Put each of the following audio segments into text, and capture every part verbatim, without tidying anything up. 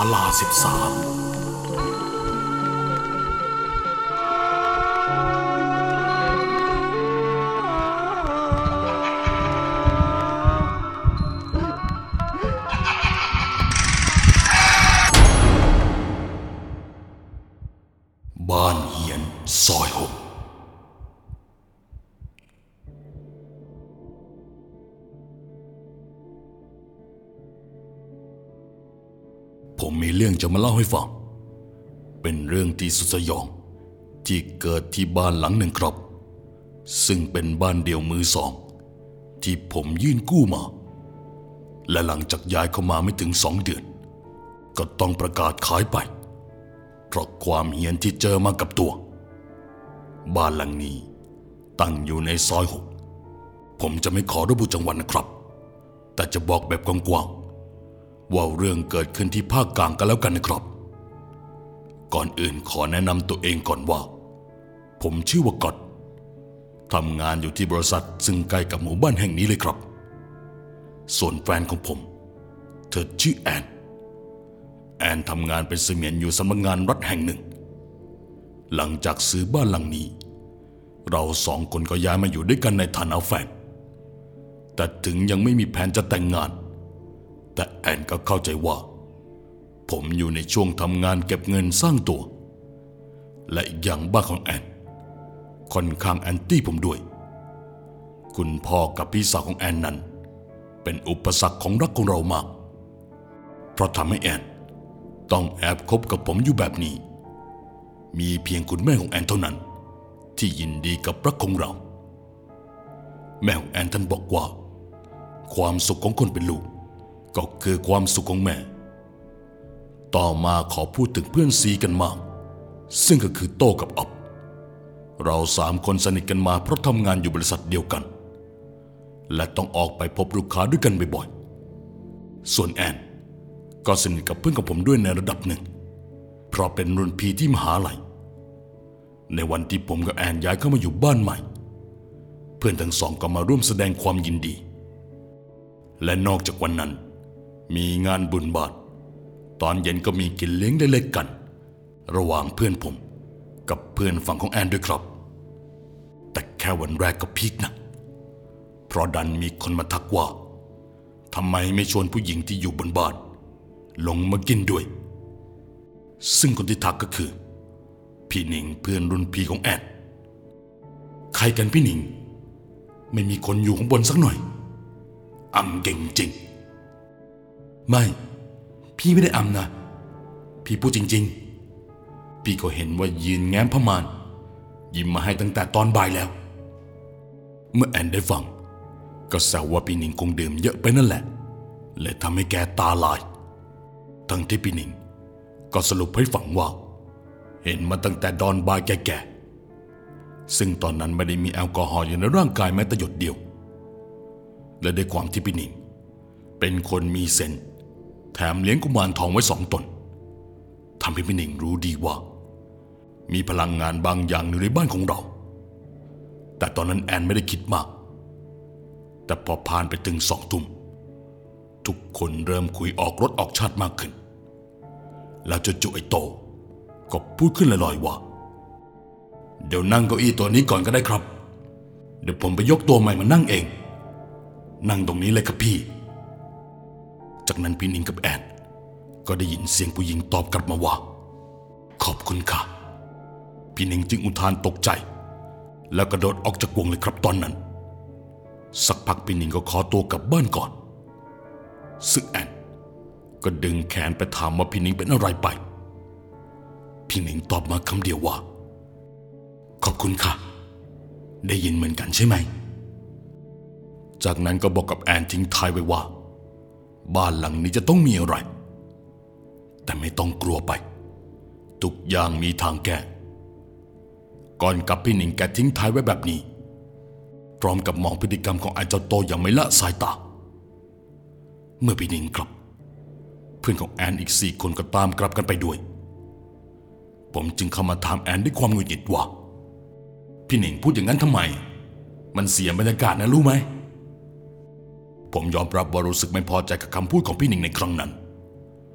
ลาสิบสามบ้านเฮียนซอยหกผมมีเรื่องจะมาเล่าให้ฟังเป็นเรื่องที่สุดสยองที่เกิดที่บ้านหลังหนึ่งครับซึ่งเป็นบ้านเดี่ยวมือสองที่ผมยื่นกู้มาและหลังจากย้ายเข้ามาไม่ถึงสองเดือนก็ต้องประกาศขายไปเพราะความเฮี้ยนที่เจอมากับตัวบ้านหลังนี้ตั้งอยู่ในซอยหกผมจะไม่ขอระบุจังหวัดนะครับแต่จะบอกแบบกว้างๆว่าเรื่องเกิดขึ้นที่ภาคกลางกันแล้วกันนะครับก่อนอื่นขอแนะนำตัวเองก่อนว่าผมชื่อว่าก๊อตทำงานอยู่ที่บริษัทซึ่งใกล้กับหมู่บ้านแห่งนี้เลยครับส่วนแฟนของผมเธอชื่อแอนแอนทำงานเป็นเสมียนอยู่สำนักงานรัฐแห่งหนึ่งหลังจากซื้อบ้านหลังนี้เราสองคนก็ย้ายมาอยู่ด้วยกันในฐานะแฟนแต่ถึงยังไม่มีแผนจะแต่งงานแต่แอนก็เข้าใจว่าผมอยู่ในช่วงทำงานเก็บเงินสร้างตัวและอีกอย่างบ้านของแอนค่อนข้างแอนตี้ผมด้วยคุณพ่อกับพี่สาวของแอนนั้นเป็นอุปสรรคของรักของเรามากเพราะทำให้แอนต้องแอบคบกับผมอยู่แบบนี้มีเพียงคุณแม่ของแอนเท่านั้นที่ยินดีกับรักของเราแม่ของแอนท่านบอกว่าความสุขของคนเป็นลูกก็คือความสุขของแม่ต่อมาขอพูดถึงเพื่อนซีกันมากซึ่งก็คือโต้กับอ๊อฟเราสามคนสนิทกันมาเพราะทำงานอยู่บริษัทเดียวกันและต้องออกไปพบลูกค้าด้วยกันบ่อยๆส่วนแอนก็สนิทกับเพื่อนของผมด้วยในระดับหนึ่งเพราะเป็นรุ่นพี่ที่มหาลัยในวันที่ผมกับแอนย้ายเข้ามาอยู่บ้านใหม่เพื่อนทั้งสองก็มาร่วมแสดงความยินดีและนอกจากวันนั้นมีงานบุญบาตรตอนเย็นก็มีกินเลี้ยงเล็กๆกันระหว่างเพื่อนผมกับเพื่อนฝั่งของแอนด้วยครับแต่แค่วันแรกก็พีคนะเพราะดันมีคนมาทักว่าทำไมไม่ชวนผู้หญิงที่อยู่บนบ้านลงมากินด้วยซึ่งคนที่ทักก็คือพี่หนิงเพื่อนรุ่นพี่ของแอนใครกันพี่หนิงไม่มีคนอยู่ข้างบนสักหน่อยอำเก่งจริงไม่พี่ไม่ได้อำนะพี่พูดจริงๆพี่ก็เห็นว่ายืนแง้มผ้าม่านยิ้มมาให้ตั้งแต่ตอนบ่ายแล้วเมื่อแอนได้ฟังก็แซวว่าพี่หนิงคงดื่มเยอะไปนั่นแหละเลยทำให้แกตาลายทั้งที่พี่หนิงก็สรุปให้ฟังว่าเห็นมาตั้งแต่ตอนบ่ายแก่ๆซึ่งตอนนั้นไม่ได้มีแอลกอฮอล์อยู่ในร่างกายแม้แต่หยดเดียวและด้วยความที่พี่หนิงเป็นคนมีเซนส์แถมเลี้ยงกุมารทองไว้สองตนทำให้พี่หนิงรู้ดีว่ามีพลังงานบางอย่างอยู่ในบ้านของเราแต่ตอนนั้นแอนไม่ได้คิดมากแต่พอผ่านไปถึงสองทุ่มทุกคนเริ่มคุยออกรถออกชาติมากขึ้นแล้วจู่ๆไอ้โตก็พูดขึ้นลอยๆว่าเดี๋ยวนั่งเก้าอี้ตัวนี้ก่อนก็ได้ครับเดี๋ยวผมไปยกตัวใหม่มานั่งเองนั่งตรงนี้เลยครับพี่จากนั้นพี่หนิงกับแอนก็ได้ยินเสียงผู้หญิงตอบกลับมาว่าขอบคุณค่ะพี่หนิงจึงอุทานตกใจแล้วกระโดดออกจากวงเลยครับตอนนั้นสักพักพี่หนิงก็ขอตัวกลับบ้านก่อนซึ่งแอนก็ดึงแขนไปถามว่าพี่หนิงเป็นอะไรไปพี่หนิงตอบมาคำเดียวว่าขอบคุณค่ะได้ยินเหมือนกันใช่ไหมจากนั้นก็บอกกับแอนทิ้งท้ายไว้ว่าบ้านหลังนี้จะต้องมีอะไรแต่ไม่ต้องกลัวไปทุกอย่างมีทางแก้ก่อนกลับพี่หนิงแกทิ้งท้ายไว้แบบนี้พร้อมกับมองพฤติกรรมของไอ้เจ้าโตอย่างไม่ละสายตาเมื่อพี่หนิงกลับเพื่อนของแอนอีกสี่คนก็ตามกลับกันไปด้วยผมจึงเข้ามาถามแอนด้วยความหงุดหงิดว่าพี่หนิงพูดอย่างนั้นทำไมมันเสียบรรยากาศนะรู้ไหมผมยอมรับว่ารู้สึกไม่พอใจกับคำพูดของพี่หนิงในครั้งนั้น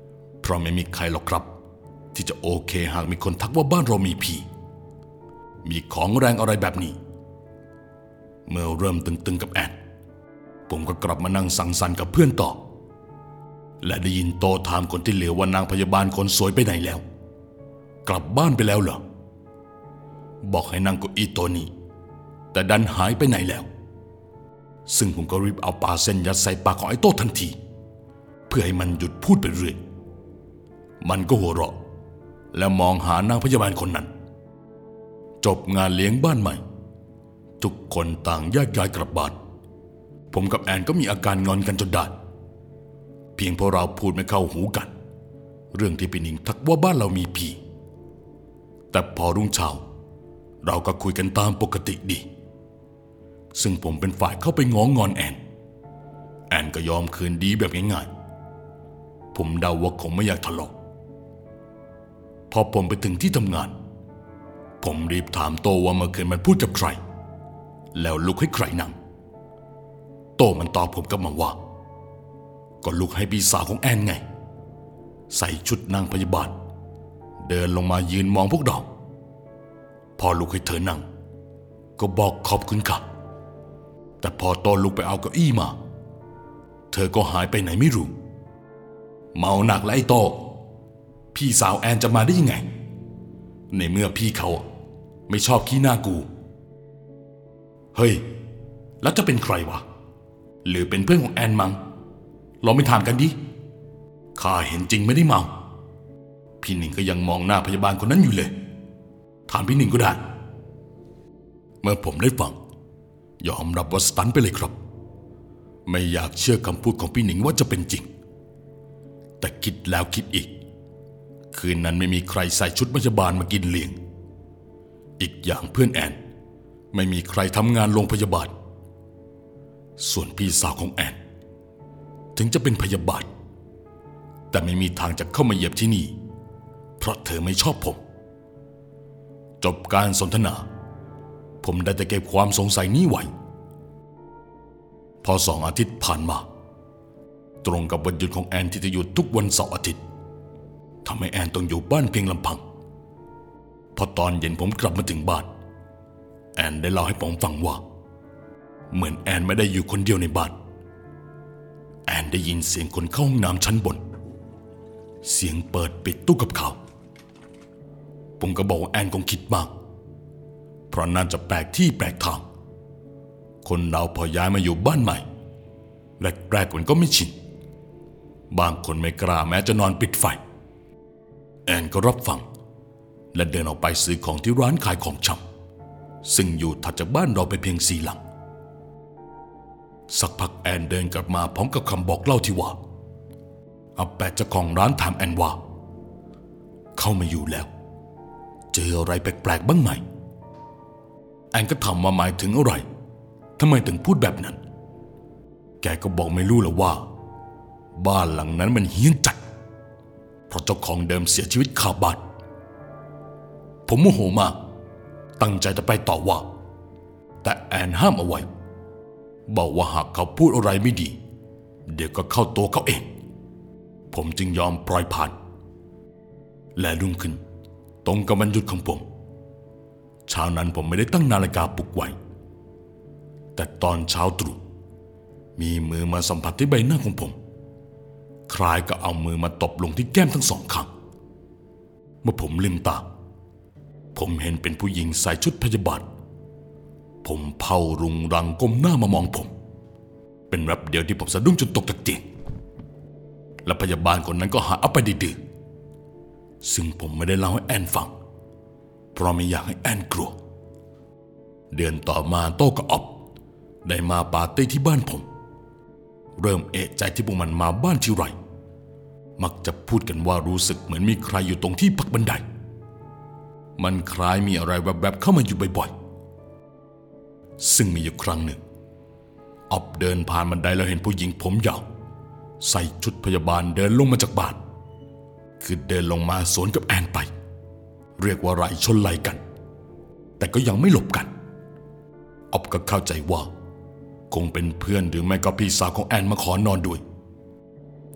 เพราะไม่มีใครหรอกครับที่จะโอเคหากมีคนทักว่าบ้านเรามีผีมีของแรงอะไรแบบนี้เมื่อเริ่มตึงๆกับแอนผมก็กลับมานั่งสังสรรค์กับเพื่อนต่อและได้ยินโตถามคนที่เหลือว่านางพยาบาลคนสวยไปไหนแล้วกลับบ้านไปแล้วเหรอบอกให้นั่งเก้าอี้ตัวนี้แต่ดันหายไปไหนแล้วซึ่งผมก็รีบเอาปลาเส้นยัดใส่ปากของไอ้โต้ทันทีเพื่อให้มันหยุดพูดไปเรื่อยมันก็หัวเราะและมองหานางพยาบาลคนนั้นจบงานเลี้ยงบ้านใหม่ทุกคนต่างแยกย้ายกลับบ้านผมกับแอนก็มีอาการงอนกันจนได้เพียงเพราะเราพูดไม่เข้าหูกันเรื่องที่พี่หนิงทักว่าบ้านเรามีผีแต่พอรุ่งเช้าเราก็คุยกันตามปกติดีซึ่งผมเป็นฝ่ายเข้าไปง้องอนแอนแอนก็ยอมคืนดีแบบง่ายๆผมเดาว่าคงไม่อยากทะเลาะพอผมไปถึงที่ทำงานผมรีบถามโตว่าเมื่อคืนมันพูดกับใครแล้วลุกให้ใครนั่งโตมันตอบผมกลับมาว่าก็ลุกให้พี่สาวของแอนไงใส่ชุดนางพยาบาลเดินลงมายืนมองพวกเราพอลุกให้เธอนั่งก็บอกขอบคุณค่ะแต่พอโตลุกไปเอาเก้าอี้มาเธอก็หายไปไหนไม่รู้เมาหนักแล้วไอ้โตพี่สาวแอนจะมาได้ยังไงในเมื่อพี่เขาไม่ชอบขี้หน้ากูเฮ้ยแล้วจะเป็นใครวะหรือเป็นเพื่อนของแอนมั้งลองไปถามกันดิข้าเห็นจริงไม่ได้เมาพี่หนิงก็ยังมองหน้าพยาบาลคนนั้นอยู่เลยถามพี่หนิงก็ได้เมื่อผมได้ฟังยอมรับว่าสตันไปเลยครับไม่อยากเชื่อคำพูดของพี่หนิงว่าจะเป็นจริงแต่คิดแล้วคิดอีกคืนนั้นไม่มีใครใส่ชุดพยาบาลมากินเลี้ยงอีกอย่างเพื่อนแอนไม่มีใครทำงานโรงพยาบาลส่วนพี่สาวของแอนถึงจะเป็นพยาบาลแต่ไม่มีทางจะเข้ามาเหยียบที่นี่เพราะเธอไม่ชอบผมจบการสนทนาผมได้แต่เก็บความสงสัยนี้ไว้พอสองอาทิตย์ผ่านมาตรงกับวันหยุดของแอนที่จะหยุดทุกวันเสาร์อาทิตย์ทำให้แอนต้องอยู่บ้านเพียงลำพังพอตอนเย็นผมกลับมาถึงบ้านแอนได้เล่าให้ผมฟังว่าเหมือนแอนไม่ได้อยู่คนเดียวในบ้านแอนได้ยินเสียงคนเข้าห้องน้ำชั้นบนเสียงเปิดปิดตู้กับข้าวผมก็บอกว่าแอนคงคิดมากเพราะน่าจะแปลกที่แปลกทางคนเราพอย้ายมาอยู่บ้านใหม่แรกๆมันก็ไม่ชินบางคนไม่กล้าแม้จะนอนปิดไฟแอนก็รับฟังและเดินออกไปซื้อของที่ร้านขายของชำซึ่งอยู่ถัดจากบ้านเราไปเพียงสี่หลังสักพักแอนเดินกลับมาพร้อมกับคำบอกเล่าที่ว่าอาแปะเจ้าของร้านถามแอนว่าเข้ามาอยู่แล้วเจออะไรแปลกๆบ้างไหมแอนก็ถามว่าหมายถึงอะไรทำไมถึงพูดแบบนั้นแกก็บอกไม่รู้หรอกว่าบ้านหลังนั้นมันเฮี้ยนจัดเพราะเจ้าของเดิมเสียชีวิตคาบ้านผมโมโหมากตั้งใจจะไปต่อว่าแต่แอนห้ามเอาไว้บอกว่าหากเขาพูดอะไรไม่ดีเดี๋ยวก็เข้าตัวเขาเองผมจึงยอมปล่อยผ่านและรุ่งขึ้นตรงกับวันหยุดของผมเช้านั้นผมไม่ได้ตั้งนาฬิกาปลุกไว้แต่ตอนเช้าตรู่มีมือมาสัมผัสที่ใบหน้าของผมคล้ายกับเอามือมาตบลงที่แก้มทั้งสองข้างเมื่อผมลืมตาผมเห็นเป็นผู้หญิงใส่ชุดพยาบาลผมเผารุงรังก้มหน้ามามองผมเป็นแวบเดียวที่ผมสะดุ้งจนตกจากเตียงและพยาบาลคนนั้นก็หายเอาไปดื้อๆซึ่งผมไม่ได้เล่าให้แอนฟังเพราะไม่อยากให้แอนกลัวเดือนต่อมาโต้กับอ๊อบได้มาปาร์ตี้ที่บ้านผมเริ่มเอะใจที่พวกมันมาบ้านทีไรมักจะพูดกันว่ารู้สึกเหมือนมีใครอยู่ตรงที่พักบันไดมันคล้ายมีอะไรแวบๆเข้ามาอยู่บ่อยๆซึ่งมีอยู่ครั้งหนึ่งอ๊อบเดินผ่านบันไดแล้วเห็นผู้หญิงผมยาวใส่ชุดพยาบาลเดินลงมาจากบ้านคือเดินลงมาสวนกับแอนไปเรียกว่าไหลชนไหลกันแต่ก็ยังไม่หลบกันอ๊อบก็เข้าใจว่าคงเป็นเพื่อนหรือไม่ก็พี่สาวของแอนมาขอนอนด้วย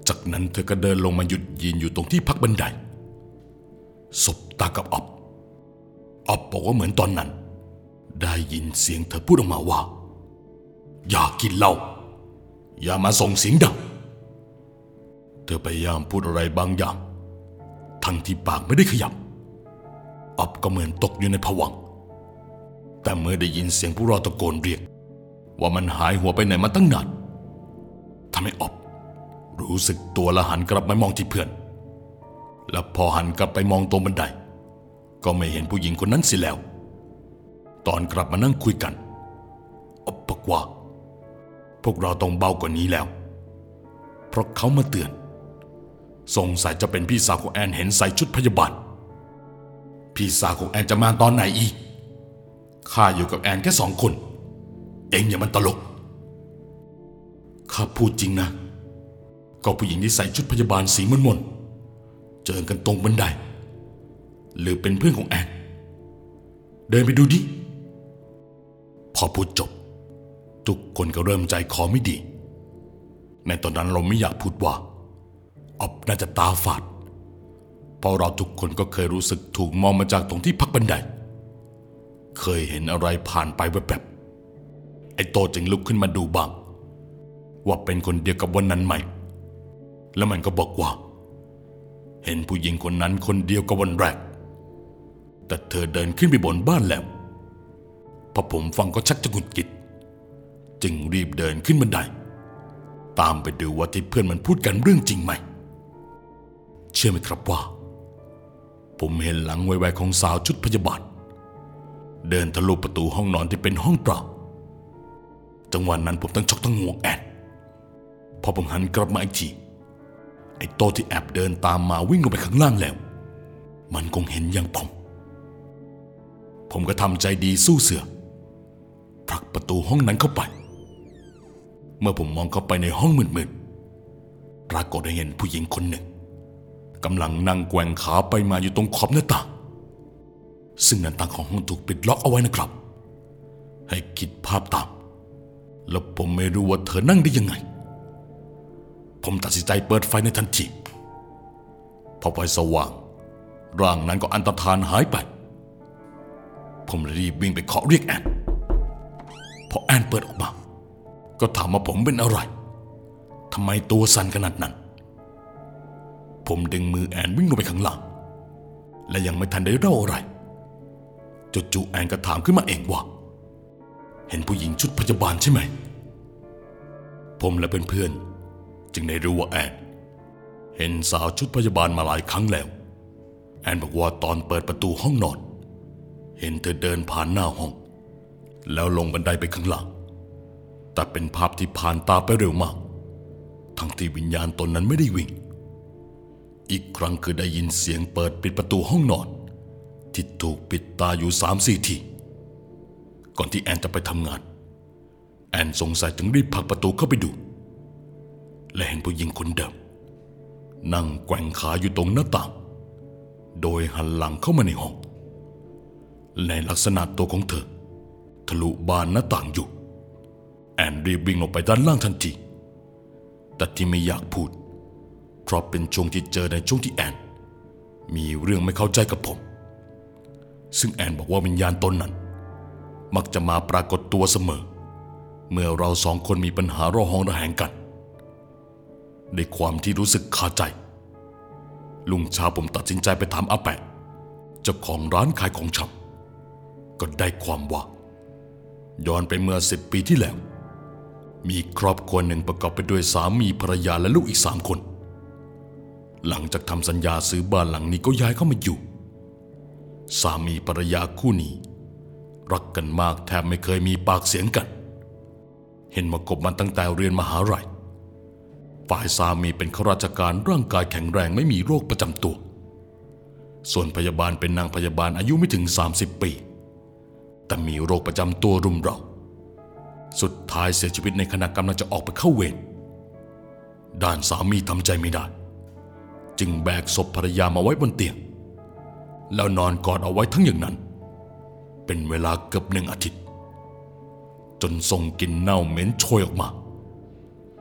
จากนั้นเธอก็เดินลงมาหยุดยืนอยู่ตรงที่พักบันไดสบตากับอ๊อบอ๊อบบอกว่าเหมือนตอนนั้นได้ยินเสียงเธอพูดออกมาว่าอย่ากินเหล้าอย่ามาส่งเสียงดังเธอพยายามพูดอะไรบางอย่างทั้งที่ปากไม่ได้ขยับอ๊อบก็เหมือนตกอยู่ในภวังค์แต่เมื่อได้ยินเสียงพวกเราตะโกนเรียกว่ามันหายหัวไปไหนมาตั้งนานทำให้อ๊อบรู้สึกตัวและหันกลับมามองที่เพื่อนและพอหันกลับไปมองตรงบันไดก็ไม่เห็นผู้หญิงคนนั้นเสียแล้วตอนกลับมานั่งคุยกันอ๊อบบอกว่าพวกเราต้องเบากว่านี้แล้วเพราะเขามาเตือนสงสัยจะเป็นพี่สาวของแอนเห็นใส่ชุดพยาบาลพี่สาวของแอนจะมาตอนไหนอีกข้าอยู่กับแอนแค่สองคนเองอย่ามันตลกข้าพูดจริงนะก็ผู้หญิงที่ใส่ชุดพยาบาลสีมนๆเจอกันตรงบันไดหรือเป็นเพื่อนของแอนเดินไปดูดิพอพูดจบทุกคนก็เริ่มใจคอไม่ดีในตอนนั้นเราไม่อยากพูดว่าอ๊อบน่าจะตาฝาดเพราะเราทุกคนก็เคยรู้สึกถูกมองมาจากตรงที่พักบันไดเคยเห็นอะไรผ่านไปแบบๆไอ้โตจึงลุกขึ้นมาดูบ้างว่าเป็นคนเดียวกับวันนั้นไหมแล้วมันก็บอกว่าเห็นผู้หญิงคนนั้นคนเดียวกับวันแรกแต่เธอเดินขึ้นไปบนบ้านแล้วพอผมฟังก็ชักจะหงุดหงิดจึงรีบเดินขึ้นบันไดตามไปดูว่าที่เพื่อนมันพูดกันเรื่องจริงไหมเชื่อไหมครับว่าผมเห็นหลังไวๆของสาวชุดพยาบาลเดินทะลุประตูห้องนอนที่เป็นห้องเปล่าจังหวะนั้นผมตั้งช็อกตั้งงวงแอนพอผมหันกลับมาอีกทีไอ้โตที่แอบเดินตามมาวิ่งลงไปข้างล่างแล้วมันคงเห็นอย่างผมผมก็ทำใจดีสู้เสือผลักประตูห้องนั้นเข้าไปเมื่อผมมองเข้าไปในห้องมืดๆปรากฏเห็นผู้หญิงคนหนึ่งกำลังนั่งแกว่งขาไปมาอยู่ตรงขอบหน้าต่างซึ่งหน้าต่างของห้องถูกปิดล็อกเอาไว้นะครับให้คิดภาพตามแล้วผมไม่รู้ว่าเธอนั่งได้ยังไงผมตัดสินใจเปิดไฟในทันทีพอไฟสว่างร่างนั้นก็อันตรธานหายไปผมรีบวิ่งไปเคาะเรียกแอนพอแอนเปิดออกมาก็ถามว่าผมเป็นอะไรทำไมตัวสั่นขนาดนั้นผมดึงมือแอนวิ่งลงไปข้างล่างและยังไม่ทันได้เล่าอะไรจู่ๆแอนก็ถามขึ้นมาเองว่าเห็นผู้หญิงชุดพยาบาลใช่ไหมผมและเพื่อนๆจึงได้รู้ว่าแอนเห็นสาวชุดพยาบาลมาหลายครั้งแล้วแอนบอกว่าตอนเปิดประตูห้องนอนเห็นเธอเดินผ่านหน้าห้องแล้วลงบันไดไปข้างล่างแต่เป็นภาพที่ผ่านตาไปเร็วมากทั้งที่วิญญาณตนนั้นไม่ได้วิ่งอีกครั้งคือได้ยินเสียงเปิดปิดประตูห้องนอนที่ถูกปิดตาอยู่สามสี่ทีก่อนที่แอนจะไปทำงานแอนสงสัยจึงรีบผลักประตูเข้าไปดูและเห็นผู้หญิงคนเดิมนั่งแกว่งขาอยู่ตรงหน้าต่างโดยหันหลังเข้ามาในห้องในลักษณะตัวของเธอทะลุบานหน้าต่างอยู่แอนรีบวิ่งลงไปด้านล่างทันทีแต่ที่ไม่อยากพูดเพราะเป็นช่วงที่เจอในช่วงที่แอนมีเรื่องไม่เข้าใจกับผมซึ่งแอนบอกว่าวิญญาณตนนั้นมักจะมาปรากฏตัวเสมอเมื่อเราสองคนมีปัญหาระหองระแหงกันด้วยความที่รู้สึกคาใจลุงเช้าผมตัดสินใจไปถามอาแปะเจ้าของร้านขายของชำก็ได้ความว่าย้อนไปเมื่อสิบปีที่แล้วมีครอบครัวหนึ่งประกอบไปด้วยสามีภรรยาและลูกอีกสามคนหลังจากทำสัญญาซื้อบ้านหลังนี้ก็ย้ายเข้ามาอยู่สามีภรรยาคู่นี้รักกันมากแทบไม่เคยมีปากเสียงกันเห็นมาคบมันตั้งแต่เรียนมหาลัยฝ่ายสามีเป็นข้าราชการร่างกายแข็งแรงไม่มีโรคประจำตัวส่วนพยาบาลเป็นนางพยาบาลอายุไม่ถึงสามสิบปีแต่มีโรคประจำตัวรุมเร้าสุดท้ายเสียชีวิตในขณะกำลังจะออกไปเข้าเวรด้านสามีทำใจไม่ได้จึงแบกศพภรรยามาไว้บนเตียงแล้วนอนกอดเอาไว้ทั้งอย่างนั้นเป็นเวลาเกือบหนึ่งอาทิตย์จนส่งกลิ่นเน่าเหม็นโชยออกมา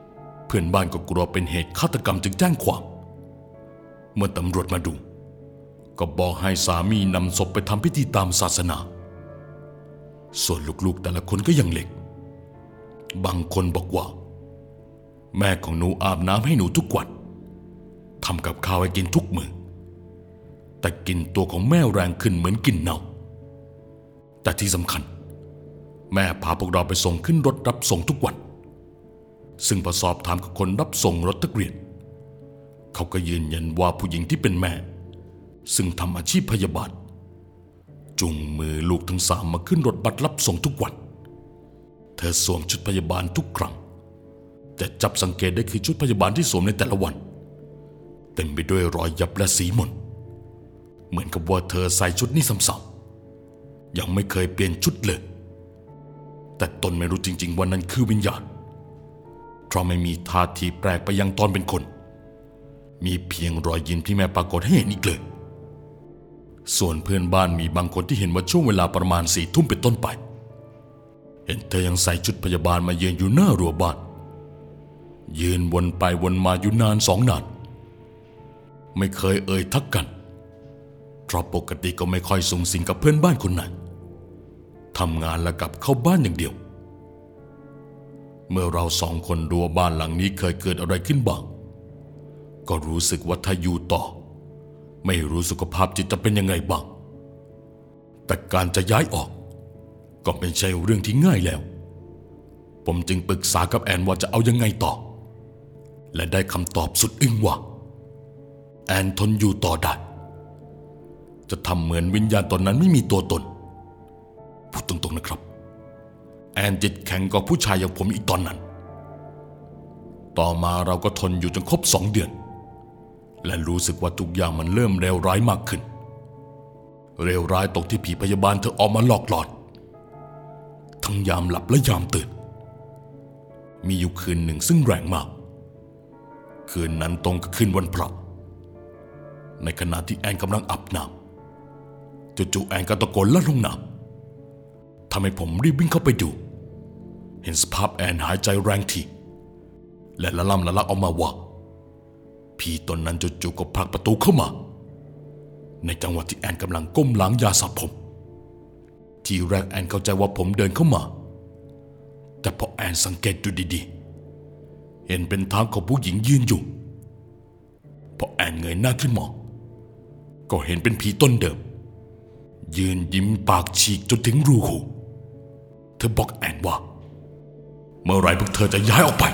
เพื่อนบ้านก็กลัวเป็นเหตุฆาตกรรมจึงแจ้งความเมื่อตำรวจมาดูก็บอกให้สามีนำศพไปทำพิธีตามศาสนาส่วนลูกๆแต่ละคนก็ยังเล็กบางคนบอกว่าแม่ของหนูอาบน้ำให้หนูทุกวันทำกับข้าวให้กินทุกมื้อแต่กลิ่นตัวของแม่แรงขึ้นเหมือนกลิ่นเน่าแต่ที่สำคัญแม่พาพวกเราไปส่งขึ้นรถรับส่งทุกวันซึ่งพอสอบถามกับคนรับส่งรถนักเรียนเขาก็ยืนยันว่าผู้หญิงที่เป็นแม่ซึ่งทำอาชีพพยาบาลจุงมือลูกทั้งสามมาขึ้นรถบัสรับส่งทุกวันเธอสวมชุดพยาบาลทุกครั้งแต่จับสังเกตได้คือชุดพยาบาลที่สวมในแต่ละวันเต็มไปด้วยรอยยับและสีหม่นเหมือนกับว่าเธอใส่ชุดนี้ซ้ำๆยังไม่เคยเปลี่ยนชุดเลยแต่ตนไม่รู้จริงๆว่านั้นคือวิญญาณเพราะไม่มีท่าทีแปลกไปยังตอนเป็นคนมีเพียงรอยยิ้มที่แม่ปรากฏให้เห็นอีกเลยส่วนเพื่อนบ้านมีบางคนที่เห็นว่าช่วงเวลาประมาณสี่ทุ่มเป็นต้นไปเห็นเธอยังใส่ชุดพยาบาลมายืนอยู่หน้ารั้วบ้านยืนวนไปวนมาอยู่นานสองนานไม่เคยเอ่ยทักกันเพราะปกติก็ไม่ค่อยสุงสิงกับเพื่อนบ้านคนไหนทำงานแล้วกลับเข้าบ้านอย่างเดียวเมื่อเราสองคนรู้ว่าบ้านหลังนี้เคยเกิดอะไรขึ้นบ้างก็รู้สึกว่าถ้าอยู่ต่อไม่รู้สุขภาพจิตจะเป็นยังไงบ้างแต่การจะย้ายออกก็ไม่ใช่เรื่องที่ง่ายแล้วผมจึงปรึกษากับแอนว่าจะเอายังไงต่อและได้คำตอบสุดอึ้งว่าแอนทนอยู่ต่อได้จะทำเหมือนวิญญาณตนนั้นไม่มีตัวตนพูดตรงๆนะครับแอนจิตแข็งกว่าผู้ชายอย่างผมอีกตอนนั้นต่อมาเราก็ทนอยู่จนครบสองเดือนและรู้สึกว่าทุกอย่างมันเริ่มเลวร้ายมากขึ้นเลวร้ายตรงที่ผีพยาบาลเธอออกมาหลอกหลอนทั้งยามหลับและยามตื่นมีอยู่คืนหนึ่งซึ่งแรงมากคืนนั้นตรงกับคืนวันพระในขณะที่แอนกำลังอาบน้ำจู่ๆแอนก็ตะโกนลั่นห้องน้ำทำให้ผมรีบวิ่งเข้าไปดูเห็นสภาพแอนหายใจแรงทีและละล่ำละลักออกมาว่าผีตนนั้นจู่ๆก็ผลักประตูเข้ามาในจังหวะที่แอนกำลังก้มล้างยาสระผมทีแรกแอนเข้าใจว่าผมเดินเข้ามาแต่พอแอนสังเกตดูดีๆเห็นเป็นเท้าของผู้หญิงยืนอยู่พอแอนเงยหน้าขึ้นมองก็เห็นเป็นผีต้นเดิมยืนยิ้มปากฉีกจนถึงรูหูเธอบอกแอนว่าเมื่อไรพวกเธอจะย้ายออกไป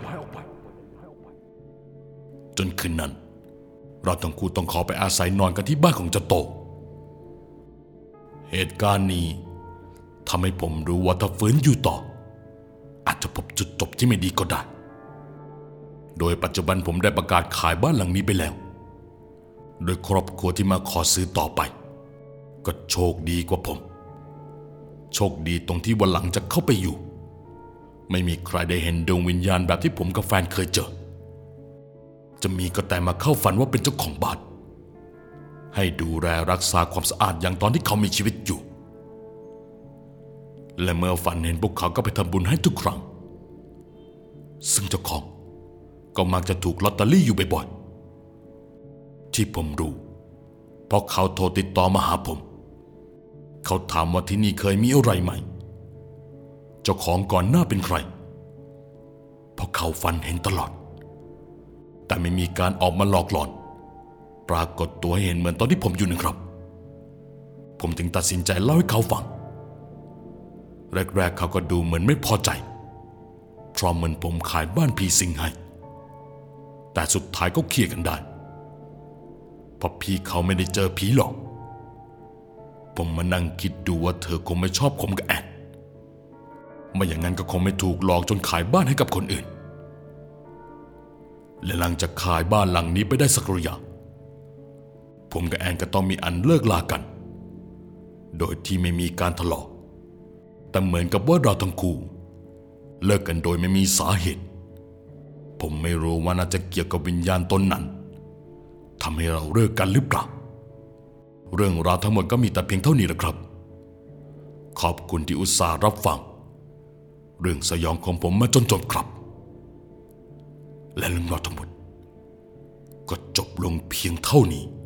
จนคืนนั้นเราทั้งคู่ต้องขอไปอาศัยนอนกันที่บ้านของเจ้าโตเหตุการณ์นี้ทำให้ผมรู้ว่าถ้าฝืนอยู่ต่ออาจจะพบจุดจบที่ไม่ดีก็ได้โดยปัจจุบันผมได้ประกาศขายบ้านหลังนี้ไปแล้วโดยครอบครัวที่มาขอซื้อต่อไปก็โชคดีกว่าผมโชคดีตรงที่วันหลังจะเข้าไปอยู่ไม่มีใครได้เห็นดวงวิญญาณแบบที่ผมกับแฟนเคยเจอจะมีก็แต่มาเข้าฝันว่าเป็นเจ้าของบ้านให้ดูแลรักษาความสะอาดอย่างตอนที่เขามีชีวิตอยู่และเมื่อฝันเห็นพวกเขาก็ไปทำบุญให้ทุกครั้งซึ่งเจ้าของก็มักจะถูกลอตเตอรี่อยู่บ่อยๆที่ผมรู้เพราะเขาโทรติดต่อมาหาผมเขาถามว่าที่นี่เคยมีอะไรไหมเจ้าของก่อนหน้าเป็นใครเพราะเขาฝันเห็นตลอดแต่ไม่มีการออกมาหลอกหลอนปรากฏตัวให้เห็นเหมือนตอนที่ผมอยู่นะครับผมจึงตัดสินใจเล่าให้เขาฟังแรกๆเขาก็ดูเหมือนไม่พอใจเพราะเหมือนผมขายบ้านผีสิงให้แต่สุดท้ายก็เคลียร์กันได้เพราะพี่เขาไม่ได้เจอผีหรอกผมมานั่งคิดดูว่าเธอคงไม่ชอบผมกับแอนไม่อย่างนั้นก็คงไม่ถูกหลอกจนขายบ้านให้กับคนอื่นและหลังจากขายบ้านหลังนี้ไปได้สักระยะผมกับแอนก็ต้องมีอันเลิกลากันโดยที่ไม่มีการทะเลาะแต่เหมือนกับว่าเราทั้งคู่เลิกกันโดยไม่มีสาเหตุผมไม่รู้ว่าน่าจะเกี่ยวกับวิญญาณตนนั้นทำให้เราเลิกกันหรือเปล่าเรื่องราวทั้งหมดก็มีแต่เพียงเท่านี้แหละครับขอบคุณที่อุตส่าห์รับฟังเรื่องสยองของผมมาจนจบครับและเรื่องราวทั้งหมดก็จบลงเพียงเท่านี้